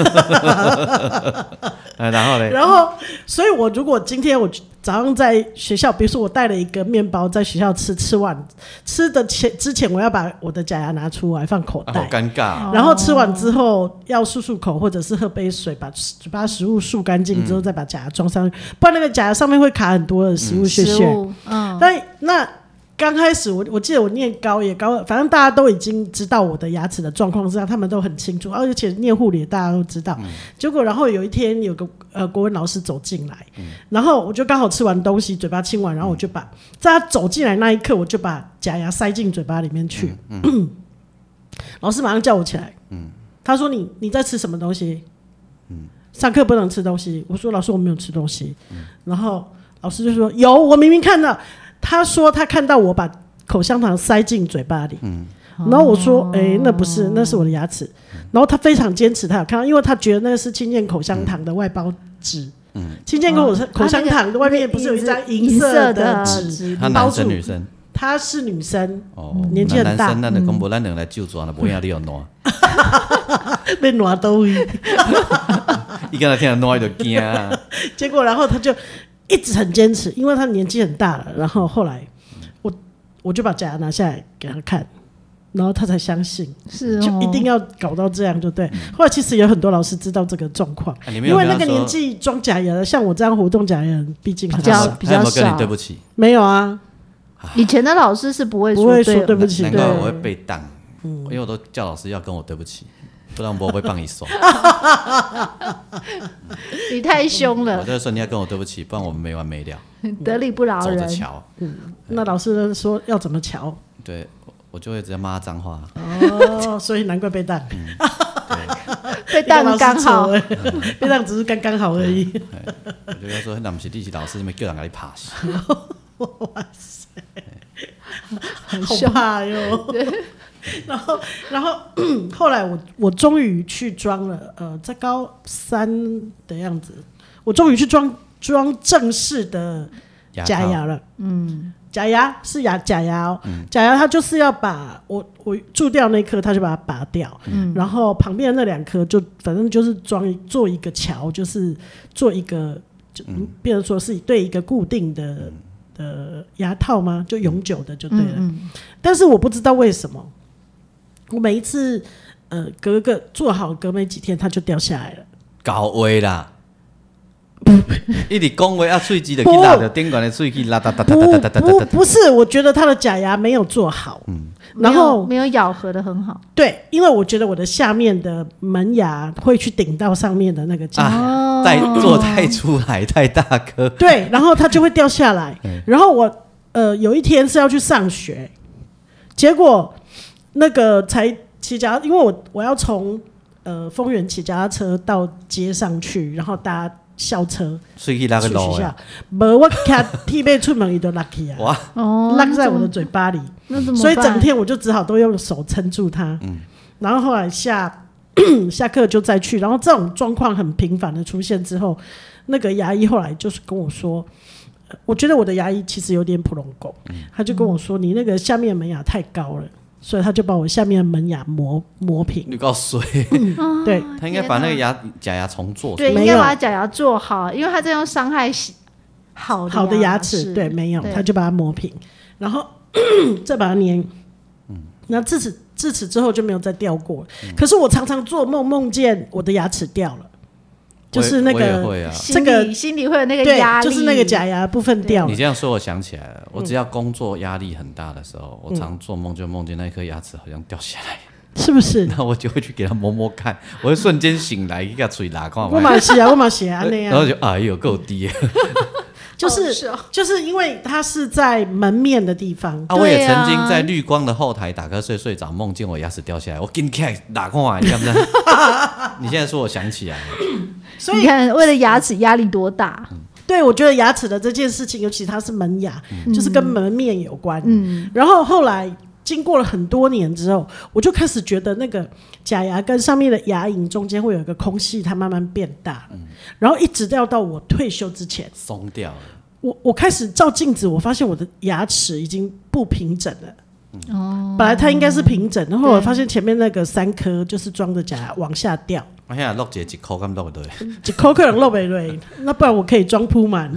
哦，然后嘞， 然后，所以我如果今天我早上在学校，比如说我带了一个面包在学校吃，吃完吃的前之前，我要把我的假牙拿出来放口袋， 啊、好尴尬、哦。 然后吃完之后要漱漱口，或者是喝杯水，把嘴巴食物漱干净之后，再把假牙装上去，嗯、不然那个假牙上面会卡很多的食物屑屑。嗯，但那。刚开始我我记得我念高也高，反正大家都已经知道我的牙齿的状况是这样，他们都很清楚，而且念护理大家都知道。嗯、结果然后有一天有个呃国文老师走进来，嗯、然后我就刚好吃完东西，嘴巴清完，然后我就把、嗯、在他走进来那一刻，我就把假牙塞进嘴巴里面去。嗯嗯、老师马上叫我起来，嗯、他说你你在吃什么东西？嗯、上课不能吃东西。我说老师我没有吃东西。嗯、然后老师就说有，我明明看到。他说他看到我把口香糖塞进嘴巴里，嗯、然后我说哎、欸，那不是，那是我的牙齿。嗯、然后他非常坚持他有看到，因为他觉得那是清健口香糖的外包纸。嗯，清健口、哦、口香糖的外面不是有一张银色的纸包住？他男生女生？ 他是女生，哦，年纪很大。 男生咱就讲无咱两个来就抓了，不要你有挪， 被挪到位。 伊刚才听到挪就惊啊。 结果然后他就。一直很坚持，因为他年纪很大了。然后后来我我就把假牙拿下来给他看，然后他才相信， 是、哦、 就一定要搞到这样就对。嗯、后来其实有很多老师知道这个状况、啊，因为那个年纪装假牙的，像我这样活动假牙的人，毕竟比较比较少。 他有没有跟你对不起？ 没有啊， 以前的老师是不会说不会说对不起， 难怪我会被当，嗯、因为我都叫老师要跟我对不起。不然我会帮你收。 你太凶了。 我就说你要跟我对不起，不然我们没完没了。 得理不饶人。 走着瞧。 嗯，那老师说要怎么瞧？ 对，我就会直接骂脏话。 哦，所以难怪被当。嗯、 被当刚好， 被当只是刚刚好而已。 我就要说，那不是你是老师，你们叫人给你拍死。 哇塞，好怕哟！ 然后，然后后来我我终于去装了，呃，在高三的样子，我终于去装装正式的假牙了。嗯，假牙是牙假牙哦，嗯、假牙它就是要把我我蛀掉那颗，它就把它拔掉，嗯、然后旁边的那两颗就反正就是装做一个桥，就是做一个，就变成说是对一个固定的。的牙套吗？就永久的就对了。嗯嗯，但是我不知道为什么，我每一次呃隔个做好隔没几天，它就掉下来了。 搞话啦！一直讲话啊，喙齿就去拉着顶管的喙齿拉哒哒哒哒哒哒哒。 不是，我觉得他的假牙没有做好，嗯，然后没有咬合的很好。 对，因为我觉得我的下面的门牙会去顶到上面的那个假牙。 啊再做太出来太大颗， 对，然后它就会掉下来。然后我呃有一天是要去上学，结果那个才骑脚，因为我我要从呃丰原骑脚踏车到街上去，然后搭校车所以那个路啊， 没我卡踢背出门伊都 lucky 啊，哇，落在我的嘴巴里，所以整天我就只好都用手撑住它。嗯，然后后来下。下课就再去，然后这种状况很频繁的出现之后，那个牙医后来就是跟我说，呃、我觉得我的牙医其实有点普通狗，嗯、他就跟我说，你那个下面门牙太高了，所以他就把我下面的门牙磨磨平。 你告诉嗯，对， 他应该把那个牙假牙重做， 对，应该把假牙做好，因为他这样伤害好的好的牙齿，对，没有，他就把它磨平，然后再把它粘，嗯，然后自此。自此之后就没有再掉过，嗯、可是我常常做梦梦见我的牙齿掉了，就是那个、 啊、 这个心里会有那个压力， 就是那个假牙部分掉了。 你这样说，我想起来了，我只要工作压力很大的时候，嗯、我常做梦就梦见那一颗牙齿好像掉下来， 是不是？ 然后我就会去给他摸摸看，我会瞬间醒来，一个嘴拉看。 我嘛是啊，我嘛是啊那样， 然后就哎呦够低。 就是、哦、就是因为它是在门面的地方啊，我也曾经在绿光的后台打瞌睡睡着，梦见我牙齿掉下来，我紧起来打看，你看不看？你现在说我想起来了， 所以你看为了牙齿压力多大？ 嗯、对，我觉得牙齿的这件事情，尤其它是门牙，嗯、就是跟门面有关。嗯，然后后来经过了很多年之后，我就开始觉得那个假牙跟上面的牙龈中间会有一个空隙，它慢慢变大，嗯、然后一直掉到我退休之前松掉了。 我我开始照镜子，我发现我的牙齿已经不平整了。嗯、本来它应该是平整，然后我发现前面那个三颗就是装的假牙往下掉。 我现在落一一颗咁落对， 一颗可能落不对，那不然我可以装铺满。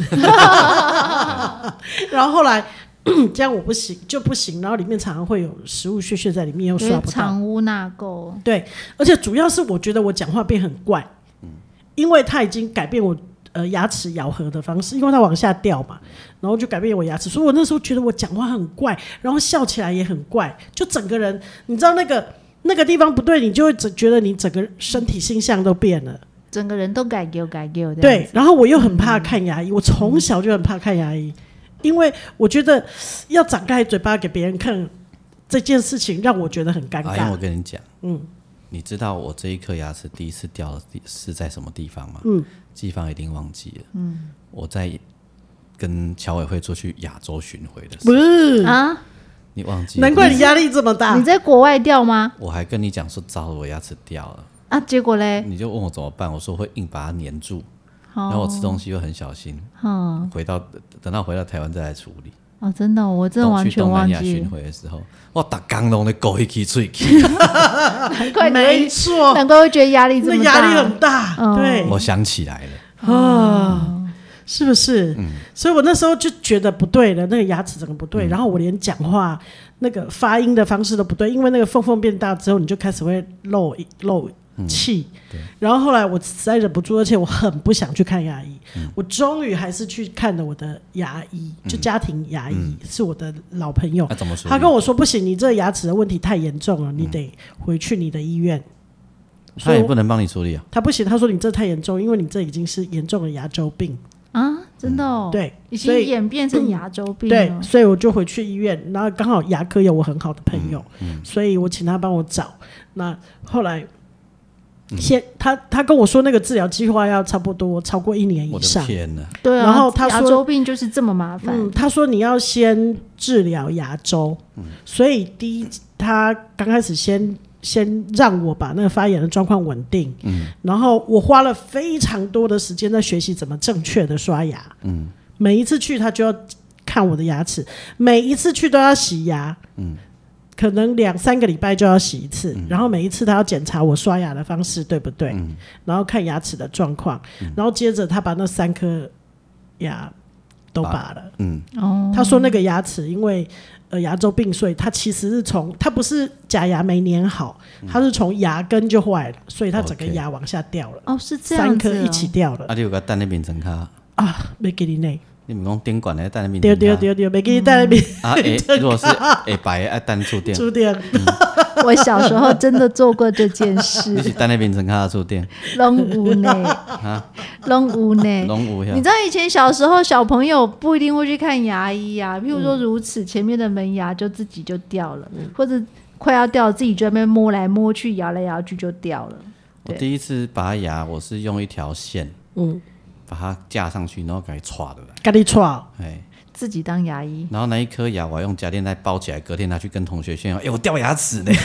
然后后来这样我不行就不行，然后里面常常会有食物屑屑在里面，又刷不到， 藏污纳垢。 对，而且主要是我觉得我讲话变很怪，嗯、因为它已经改变我。呃，牙齿咬合的方式，因为它往下掉嘛，然后就改变我牙齿，所以我那时候觉得我讲话很怪，然后笑起来也很怪，就整个人，你知道那个那个地方不对，你就会觉得你整个身体形象都变了， 整个人都改丢改丢。 对，然后我又很怕看牙医，嗯、我从小就很怕看牙医，因为我觉得要展开嘴巴给别人看这件事情，让我觉得很尴尬。 阿英，我跟你讲，嗯。你知道我这一颗牙齿第一次掉的是在什么地方吗？嗯，季芳一定忘记了。嗯，我在跟侨委会出去亚洲巡回的时候，不是啊， 你忘记了？ 难怪你压力这么大。 你在国外掉吗？ 我还跟你讲说，糟了，我牙齿掉了啊，结果嘞， 你就问我怎么办，我说会硬把它粘住，哦、然后我吃东西又很小心，嗯，回到等到回到台湾再来处理。 哦，真的、哦，我真的完全忘记。去东南亚巡回的时候，我打刚拢在勾一起嘴去， 难怪没错， 难怪会觉得压力这么大， 压力很大。嗯、对， 我想起来了啊、哦，是不是？嗯，所以我那时候就觉得不对了，那个牙齿整个不对，嗯、然后我连讲话那个发音的方式都不对，因为那个缝缝变大之后，你就开始会漏漏。气、嗯，然后后来我实在忍不住，而且我很不想去看牙医，嗯、我终于还是去看了我的牙医，就家庭牙医，嗯、是我的老朋友。 他怎么说？ 他跟我说不行，你这牙齿的问题太严重了，嗯、你得回去你的医院。 他也不能帮你处理啊。 他不行，他说你这太严重，因为你这已经是严重的牙周病啊，真的哦， 对， 已经演变成牙周病了。 对，所以我就回去医院，然后刚好牙科有我很好的朋友，嗯嗯、所以我请他帮我找。那后来。先他他跟我说那个治疗计划要差不多超过一年以上， 我的天哪！ 对啊， 然后他说牙周病就是这么麻烦。 嗯，他说你要先治疗牙周，嗯、所以第一他刚开始先先让我把那个发炎的状况稳定，嗯，然后我花了非常多的时间在学习怎么正确的刷牙，嗯，每一次去他就要看我的牙齿，每一次去都要洗牙，嗯，可能两三个礼拜就要洗一次，嗯，然后每一次他要检查我刷牙的方式对不对，嗯，然后看牙齿的状况，嗯，然后接着他把那三颗牙都拔了，嗯，他说那个牙齿因为呃牙周病，所以它其实是从它不是假牙没粘好，它是从牙根就坏了，所以它整个牙往下掉了。 哦，是这样子，哦， 三颗一起掉了。 啊，你有个等咧眠床卡啊？没给你内。 你唔讲顶管咧等咧眠床卡？对对对对，没给你等咧眠。 啊，欸，如果是下摆爱等触电。 触电。嗯， 我小时候真的做过这件事。 你是等咧眠床卡触电？ 拢有呢，啊，拢有呢， 拢有。 你知道以前小时候小朋友不一定会去看牙医啊，譬如说乳齿前面的门牙就自己就掉了，嗯，或者快要掉了自己就在那边摸来摸去摇来摇去就掉了。 我第一次拔牙我是用一条线，嗯，把它架上去，然后给它歘的来， 给你歘， 哎， 自己当牙医。 然后那一颗牙我用夹链袋包起来，隔天拿去跟同学炫耀，哎，我掉牙齿呢。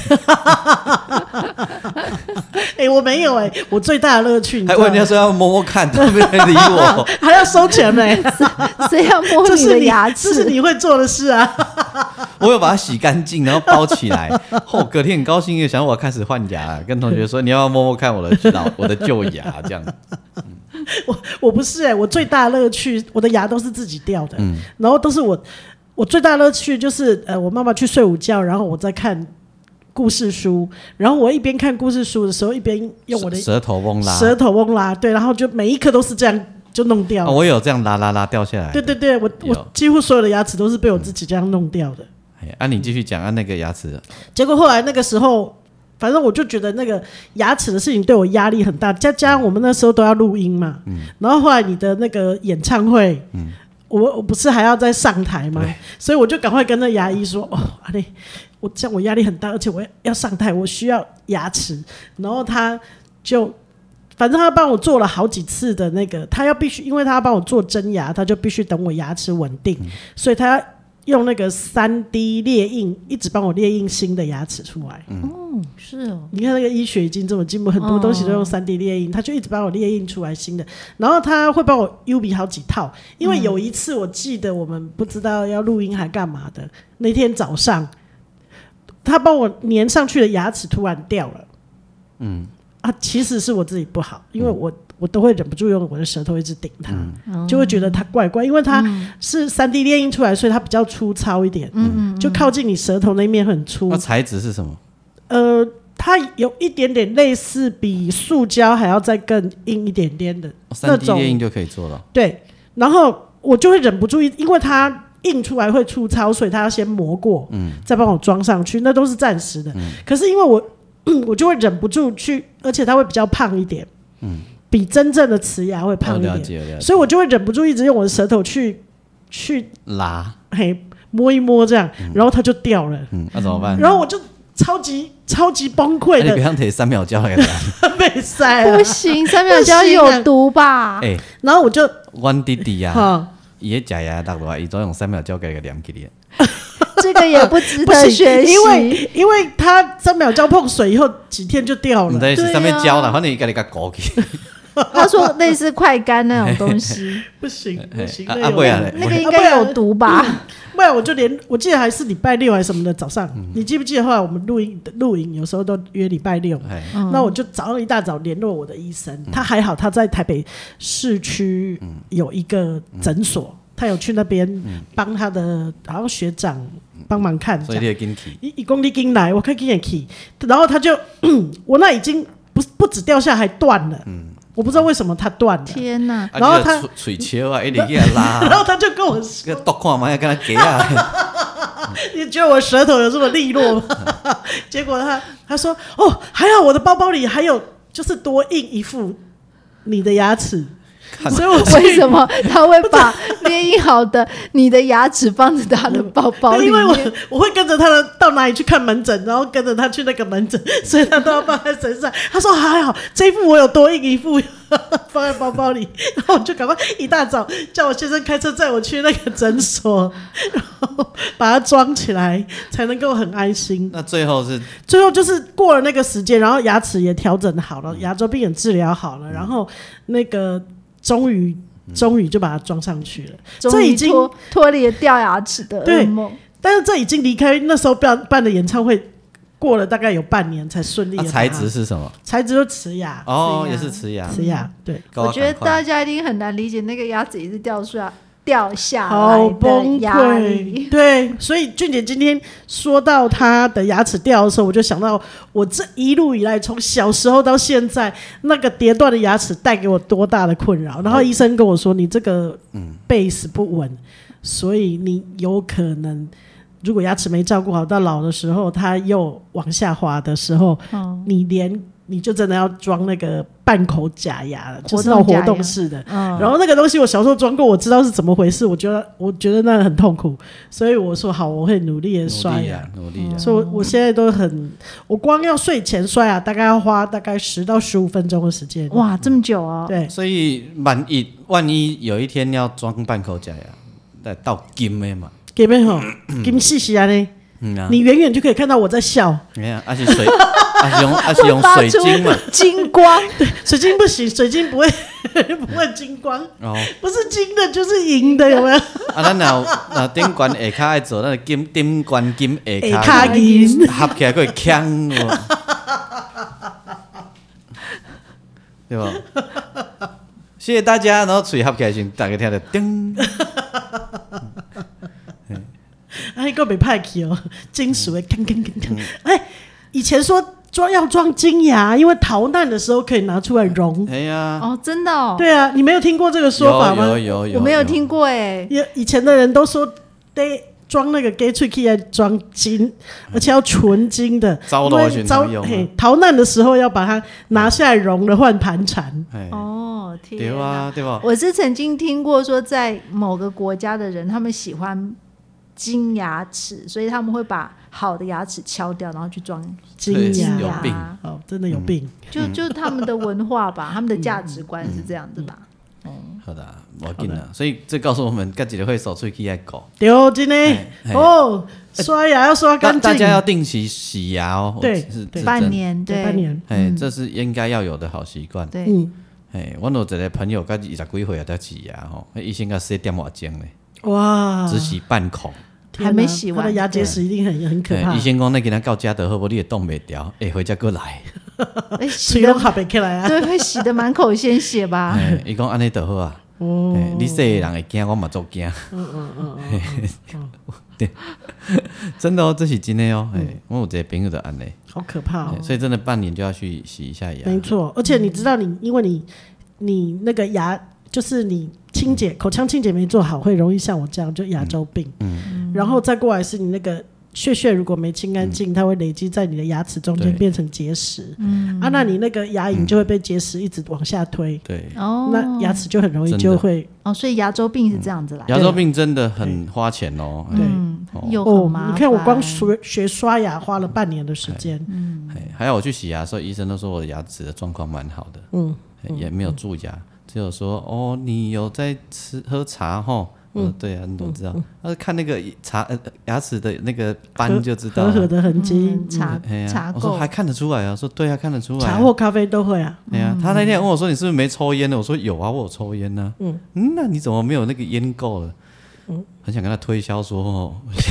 哎，欸，我没有哎，欸，我最大的乐趣， 还问人家说要摸摸看，都没人理我， 还要收钱呢， 谁要摸你的牙齿？ 这是你会做的事啊。 我有把它洗干净，然后包起来。后隔天很高兴，也想我要开始换牙，跟同学说你要不要摸摸看我的老我的旧牙这样。嗯， 我我不是哎，欸，我最大的乐趣，我的牙都是自己掉的，嗯，然后都是我我最大的乐趣就是呃，我妈妈去睡午觉，然后我在看故事书，然后我一边看故事书的时候，一边用我的舌头嗡拉， 舌头嗡拉，对，然后就每一颗都是这样就弄掉了。 哦，我有这样拉拉拉掉下来。 对对对，我我几乎所有的牙齿都是被我自己这样弄掉的。 嗯，啊，你继续讲啊，那个牙齿。 结果后来那个时候，反正我就觉得那个牙齿的事情对我压力很大，加加上我们那时候都要录音嘛，嗯，然后后来你的那个演唱会，嗯，我我不是还要再上台吗？所以我就赶快跟那牙医说，哦，阿丽，我这样我压力很大，而且我要上台，我需要牙齿。然后他就，反正他帮我做了好几次的那个，他要必须，因为他要帮我做真牙，他就必须等我牙齿稳定，嗯，所以他要用那个三 D 列印，一直帮我列印新的牙齿出来。 嗯，哦，是哦。 你看那个医学已经这么进步，很多东西都用三 D 列印，他就一直帮我列印出来新的。然后他会帮我 U B 好几套，因为有一次我记得我们不知道要录音还干嘛的，那天早上他帮我粘上去的牙齿突然掉了。嗯，啊，其实是我自己不好，因为我。嗯，我都会忍不住用我的舌头一直顶它，嗯，就会觉得它怪怪，因为它是三 D 列印出来，所以它比较粗糙一点，嗯，就靠近你舌头那面很粗。 那材质是什么？ 呃，它有一点点类似比塑胶还要再更硬一点点的那种， 三 D 列印就可以做了。 对，然后我就会忍不住，因为它印出来会粗糙，所以它要先磨过，嗯，再帮我装上去，那都是暂时的。嗯，可是因为我我就会忍不住去，而且它会比较胖一点，嗯。比真正的瓷牙会胖一点，哦，了解了解，所以我就会忍不住一直用我的舌头去去拉，嘿，摸一摸这样，嗯，然后它就掉了，嗯，那，啊，怎么办？然后我就超级超级崩溃的， 啊，你不要贴三秒胶来他， 没塞， 不行，三秒胶有毒吧？ 哎，欸， 然后我就， 我弟弟啊，伊的假牙落落，伊都用三秒胶给个量起来。 这个也不值得学习， 因为因为它三秒胶碰水以后几天就掉了， 对，是上面胶了，反正你给你个勾起。 他说类似快干那种东西， 不行不行， 啊啊不然那个应该有毒吧？ 不然我就连我记得还是礼拜六还是什么的早上，嗯，你记不记得后来我们录音录影有时候都约礼拜六，嗯，那我就早上一大早联络我的医生，嗯，他还好他在台北市区有一个诊所。嗯，他有去那边帮他的好像学长帮忙看， 所以你跟去， 一公里进来，我看跟去，然后他就，我那已经不不止掉下来还断了，嗯，我不知道为什么他断了， 天哪！ 然后他嘴切啊，一直给他拉， 然后他就跟我说， 多看嘛，要跟他给啊， 你觉得我舌头有这么利落吗？结果他他说，哦，还好我的包包里还有，就是多印一副你的牙齿。 所以我为什么他会把列印好的你的牙齿放在他的包包里面？ 因为我我会跟着他的到哪里去看门诊，然后跟着他去那个门诊，所以他都要放在身上。他说还好，这一副我有多印一副放在包包里，然后我就赶快一大早叫我先生开车载我去那个诊所，然后把它装起来，才能够很安心。 那最后是最后就是过了那个时间，然后牙齿也调整好了，牙周病也治疗好了，然后那个终于终于就把它装上去了。这终于已经脱脱离了掉牙齿的噩梦。 但是这已经离开那时候办办的演唱会，过了大概有半年才顺利的、 啊。材质是什么？ 材质就瓷牙。 哦， 瓷牙也是瓷牙。 瓷牙，对。 我觉得大家一定很难理解那个牙齿一直掉出来。掉下好来崩的压力， 溃，对，所以俊姐今天说到她的牙齿掉的时候，我就想到我这一路以来，从小时候到现在，那个跌断的牙齿带给我多大的困扰。然后医生跟我说，你这个 base 不稳，所以你有可能如果牙齿没照顾好，到老的时候它又往下滑的时候，嗯、你连你就真的要装那个半口假牙了，就是那种活动式的。嗯、然后那个东西我小时候装过，我知道是怎么回事，我觉得我觉得那很痛苦，所以我说好，我会努力的刷牙， 努力啊，努力啊。 所以我现在都很，我光要睡前刷牙，大概要花大概十到十五分钟的时间。 哇，这么久哦！ 对， 所以万一万一有一天要装半口假牙，得到金的嘛， 给没吼，金细细啊呢。嗯啊、你远远就可以看到我在笑。 没有，而且水，而是用而是用水晶嘛， 金光。 对，水晶不行，水晶不会不会金光。哦，不是金的，就是银的，有没有？ 啊，咱若若顶管下骹爱做，那个金顶管金下骹银， 合起来会强，对吧？谢谢大家，然后嘴合起来时，大家听到叮。 哎，个没派去哦，金属的，铿铿铿铿。哎，以前说装要装金牙，因为逃难的时候可以拿出来融。 哎呀， 哦，真的哦。 对啊，你没有听过这个说法吗？ 有有有， 我没有听过哎。 以前的人都说得装那个给喙齿来装金，而且要纯金的。 招到选常用。 嘿，逃难的时候要把它拿下来融了换盘缠。 哦，天对啊，对吧？ 我是曾经听过说，在某个国家的人，他们喜欢金牙齿，所以他们会把好的牙齿敲掉，然后去装金牙。 有病哦，真的有病。嗯、 就就他们的文化吧，他们的价值观是这样子吧。 嗯，嗯好的，我紧了。所以这告诉我们，自己会手喙齿爱搞。 对，真的哦，刷牙要刷干净。 大家要定期洗牙哦。 对， 是半年，对， 半年。 哎，这是应该要有的好习惯。 对， 嗯， 哎，我有一个朋友，甲二十几岁啊，在洗牙吼，医生甲洗点外钟嘞。 哇， 只洗半孔。 还没洗完， 他的牙结石一定很很可怕。 医生讲，那给他到家的好不？你也冻不掉，哎，回家过来， 哎， 水都合不起来啊。 对，会洗得满口鲜血吧？ 伊讲安尼就好啊。哦，你说的人会惊，我嘛做惊。嗯嗯嗯嗯。对，真的哦，这是真的哦。哎，我有一个朋友就安尼， 好可怕哦。 所以真的半年就要去洗一下牙。 没错，而且你知道，你因为你你那个牙。就是你清洁口腔清洁没做好，会容易像我这样就牙周病。嗯嗯、然后再过来是你那个屑屑如果没清干净，嗯、它会累积在你的牙齿中间变成结石。嗯啊，那你那个牙龈就会被结石一直往下推。 对， 哦，那牙齿就很容易就会哦，所以牙周病是这样子来的。 牙周病真的很花钱哦。 对， 嗯哦、又很麻烦。 你看我光学学刷牙花了半年的时间。 嗯，还有我去洗牙的时候，医生都说我的牙齿的状况蛮好的。嗯，也没有蛀牙。只有说哦，你有在吃喝茶吼？嗯，对啊，你都知道。他、嗯、看那个茶呃牙齿的那个斑就知道了， 合合的痕迹， 嗯、茶、嗯、茶垢。我说还看得出来啊，说对啊，看得出来、啊。 茶或咖啡都会啊。 对啊，他那天问我说：“你是不是没抽烟呢？”我说：“有啊，我有抽烟呢、啊。嗯”嗯，那你怎么没有那个烟垢了？嗯，很想跟他推销说哦，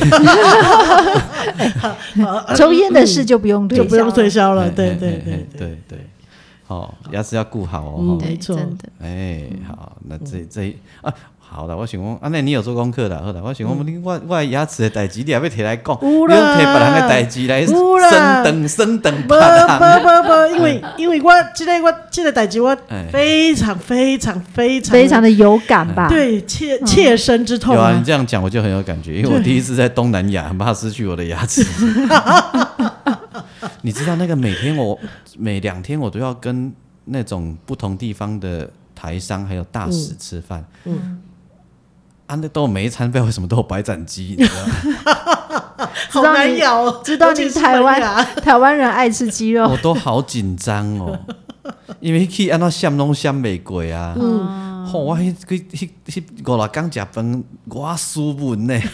抽烟的事就不用推销就不用推销了。对对对对对对。哦，牙齿要顾好哦， 嗯、没错。 哎，好，那这这啊，好了，我想讲，啊，那你有做功课的，好了，我想讲，嗯、我我牙齿的代志，你也要提来讲，你用提别人的代志来升等升等不不不不，因为因为我这个我这个代志我非常非常非常非常的有感吧？ 对，切切身之痛、啊。 有啊，你这样讲我就很有感觉，因为我第一次在东南亚，很怕失去我的牙齿。你知道那个每天我每两天我都要跟那种不同地方的台商还有大使吃饭，嗯，嗯啊，那都有每一餐费为什么都有白斩鸡？你知道吗？ 好难咬哦， 知道你台湾台湾人爱吃鸡肉， 我都好紧张哦，因为去安怎闪拢闪袂过啊。嗯，吼、哦，我迄迄迄迄五六工食饭，我斯文呢。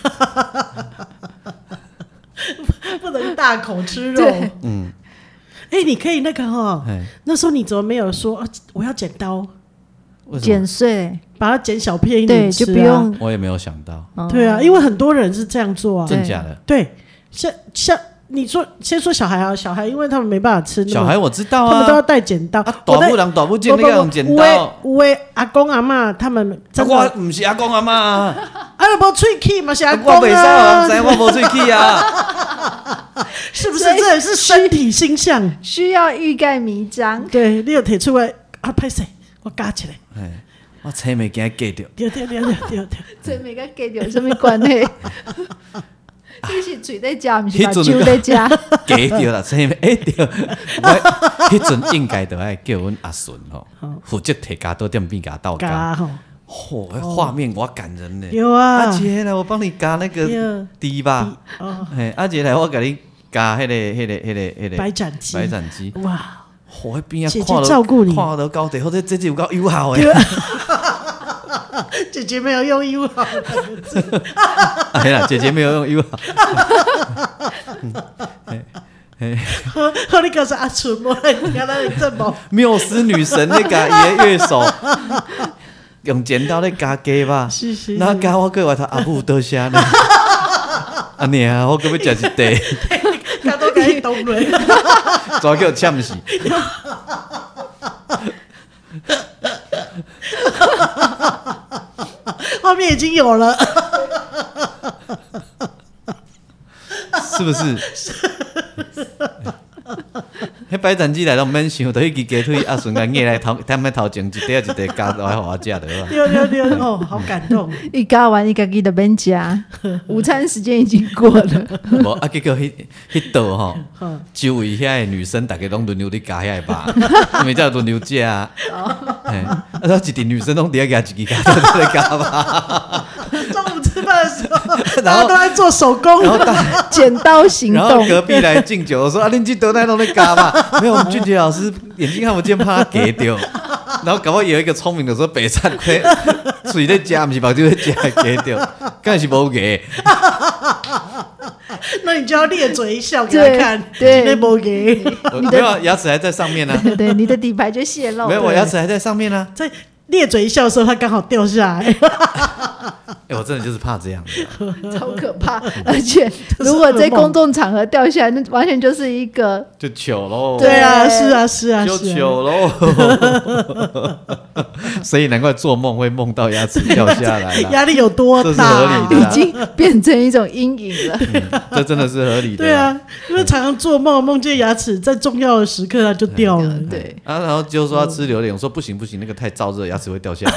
不能大口吃肉。嗯，哎、欸，你可以那个哈，那时候你怎么没有说、啊、我要剪刀剪碎， 把它剪小片一点吃、啊、 对，就不用。 我也没有想到。 对啊，因为很多人是这样做啊。 真假的？ 对，像像你说，先说小孩啊，小孩因为他们没办法吃， 小孩我知道啊， 他们都要带剪刀。 啊，大母人大母姐那个用剪刀。 有的阿公阿嬷他们真的， 啊、我不是阿公阿嬷啊， 啊，无喙齿嘛是阿公啊。 我袂使，我知我无喙齿啊。 是不是这也是身体形象？ 需要欲盖弥彰。 对，你有提出来啊，拍谁？我夹起来。 哎，我车没给他夹掉。 对对对对对对， 车没给他夹掉有什么关系？你是嘴在夹，不是把酒在夹？ 夹掉啦，车没哎掉。我迄阵应该就爱叫阮阿顺吼，负责摕夹刀点边夹倒夹。嚯、哦，画面我感人呢。 有啊， 阿杰来，我帮你夹那个堤吧。哦，哎，阿杰来，我给你夹迄个、迄个、迄个、迄个白斩鸡。 白斩鸡。哇，嚯，迄边啊， 姐姐照顾你， 看到高地，或者这就有够友好诶。 姐姐没有用友好。 哎呀，姐姐没有用友好。 好，好，你告诉阿纯，我来听他的正毛。 缪斯女神那个也乐手。用剪刀咧夹鸡吧， 是是， 然后夹我过外头阿母倒下呢。阿娘，我搁要食一袋， 夹到甲伊冻落， 抓叫呛死。 画面已经有了， 是不是？迄白斩鸡来都免想，就迄支鸡腿阿顺甲捏来头，他们头前一块一块夹落来互我食的了。 对对对，哦，好感动。 一夹完，伊家己就免食，午餐时间已经过了。 无啊，结果迄迄道吼，周围遐的女生，大家拢轮流咧夹遐个肉，因为才轮流食啊。哎，啊，一啲女生拢伫遐夹一支夹，都在夹吧。 中午吃饭的时候，大家都在做手工， 然后大剪刀行动。 然后隔壁来敬酒，我说啊，恁这都在弄在夹嘛？没有，我们俊杰老师眼睛看不见，怕他夹掉。然后搞我有一个聪明的说，北上亏嘴在夹，不是把酒在夹夹掉，干是无夹。 那你就要咧嘴一笑给他看， 对， 对，无给。 没有牙齿还在上面呢、啊。 对，你的底牌就泄露。 没有，我牙齿还在上面呢、啊。 在咧嘴一笑的时候，它刚好掉下来。 哎、欸，我真的就是怕这样子、 啊，超可怕！而且如果在公众场合掉下来，那完全就是一个就糗喽。 对啊，是啊，是啊， 就糗喽。所以难怪做梦会梦到牙齿掉下来， 压力有多大？ 这是合理的、 啊，已经变成一种阴影了、 嗯。这真的是合理的。 对啊，因为常常做梦梦见牙齿在重要的时刻它就掉了。 对，对啊，然后就说要吃榴莲，我说不行不行，那个太燥热，牙齿会掉下来。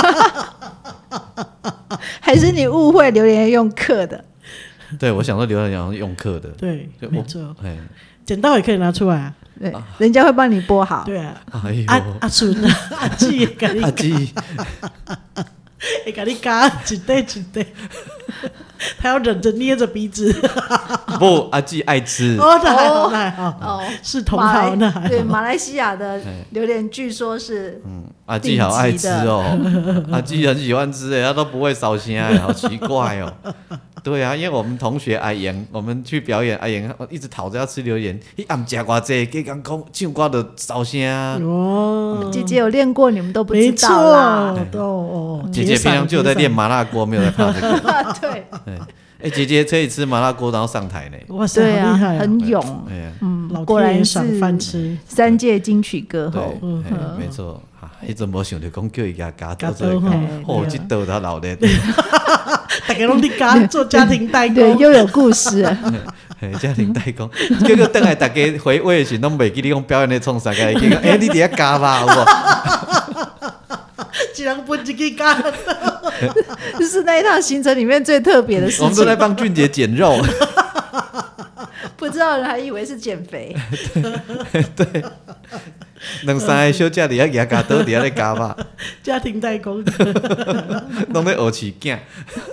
还是你误会榴莲用刻的？ 对，我想说榴莲要用刻的。 对，没错。剪刀也可以拿出来啊。 对，人家会帮你剥好。 对啊。 哎呦， 阿阿春啊，阿季， 阿季， 会给你夹一袋一袋，他要忍着捏着鼻子。 不，阿季爱吃。 哦，那还好，那还好。哦，是同行，那还好。 对，马来西亚的榴莲据说是嗯。 阿季好爱吃哦，阿季很喜欢吃诶，他都不会烧声诶，好奇怪哦。对啊，因为我们同学阿妍，我们去表演，阿妍一直讨着要吃榴莲，伊暗食偌济，计讲讲唱歌就烧声。哦， 姐姐有练过，你们都不知道啦。 没错，哦， 姐姐平常就有在练麻辣锅，没有在怕这个。 对。 哎、欸，姐姐可以吃麻辣锅，然后上台呢。 哇塞，好厉害、啊， 很勇。哎呀，嗯，果然是三届金曲歌后。 嗯，没错。迄阵无想着讲叫伊家家做做工，哦，这道他老咧。 大家拢伫家做家庭代工， 对，又有故事。 嘿，家庭代工，结果等来大家回味的时，拢袂记你讲表演咧创啥个，伊讲，哎，你伫遐家吧，有无？ 一人分一支家。 这是那一趟行程里面最特别的事情。 我们都在帮俊杰捡肉。 不知道人还以为是减肥。 对， 两三个小姐伫遐牙骹倒伫遐咧加吧， 家庭代工， 拢咧学饲囝。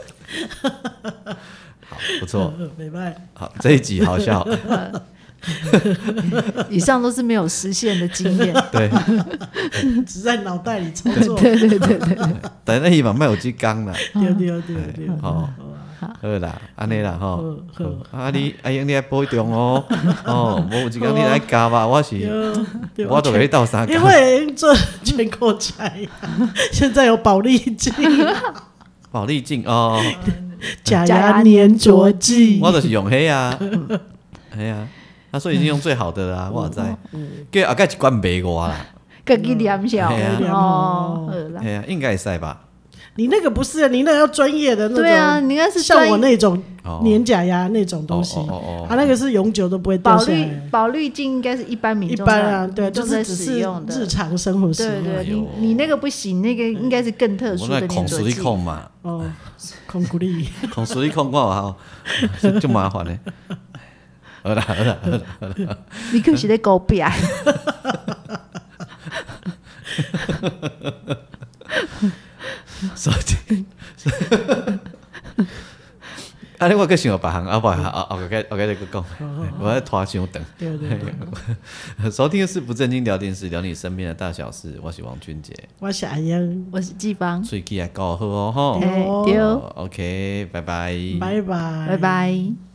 好，不错， 没办好，这一集好笑。 以上都是没有实现的经验。 对， 只在脑袋里操作。 对对对对对， 但那希望卖有这工啦。 对对对对， 好，好啦，安尼啦吼。 好啊，你阿英你爱保重哦。哦，无有一工你来加吧，我是我都给你斗三工。 因为做全口假牙，现在有保利镜、 保利镜哦， 假牙粘着剂， 我就是用迄啊。哎呀，啊，所以已经用最好的啦，我知。叫后盖一罐卖我啦。 自己念小哦，好啦哎呀，应该会使吧？ 你那个不是，你那个要专业的那种。 对啊，你应该是像专我那种哦粘假牙那种东西， 哦哦哦哦它那个是永久都不会掉保滤下来。 保滤镜应该是一般民一众般啊，对，就民众在是只是使用的日常生活使用。 对对，你哎呦你那个不行，那个应该是更特我殊那孔实力的粘着剂。 控嘛， 哦，空鼓励。 孔实力控我有效，就麻烦嘞。好啦好啦好啦好啦， 你可是在狗逼啊！ 所以，啊，你我搁想别项，啊不，后后个后个再讲，我在拖伤长。 对对对， 收听的是不正经聊天室，聊你身边的大小事。我是王俊杰， 我是阿英， 我是季芳， 喙齿也搞好哦吼。 哎对， 哦 OK，拜拜， 拜拜， 拜拜。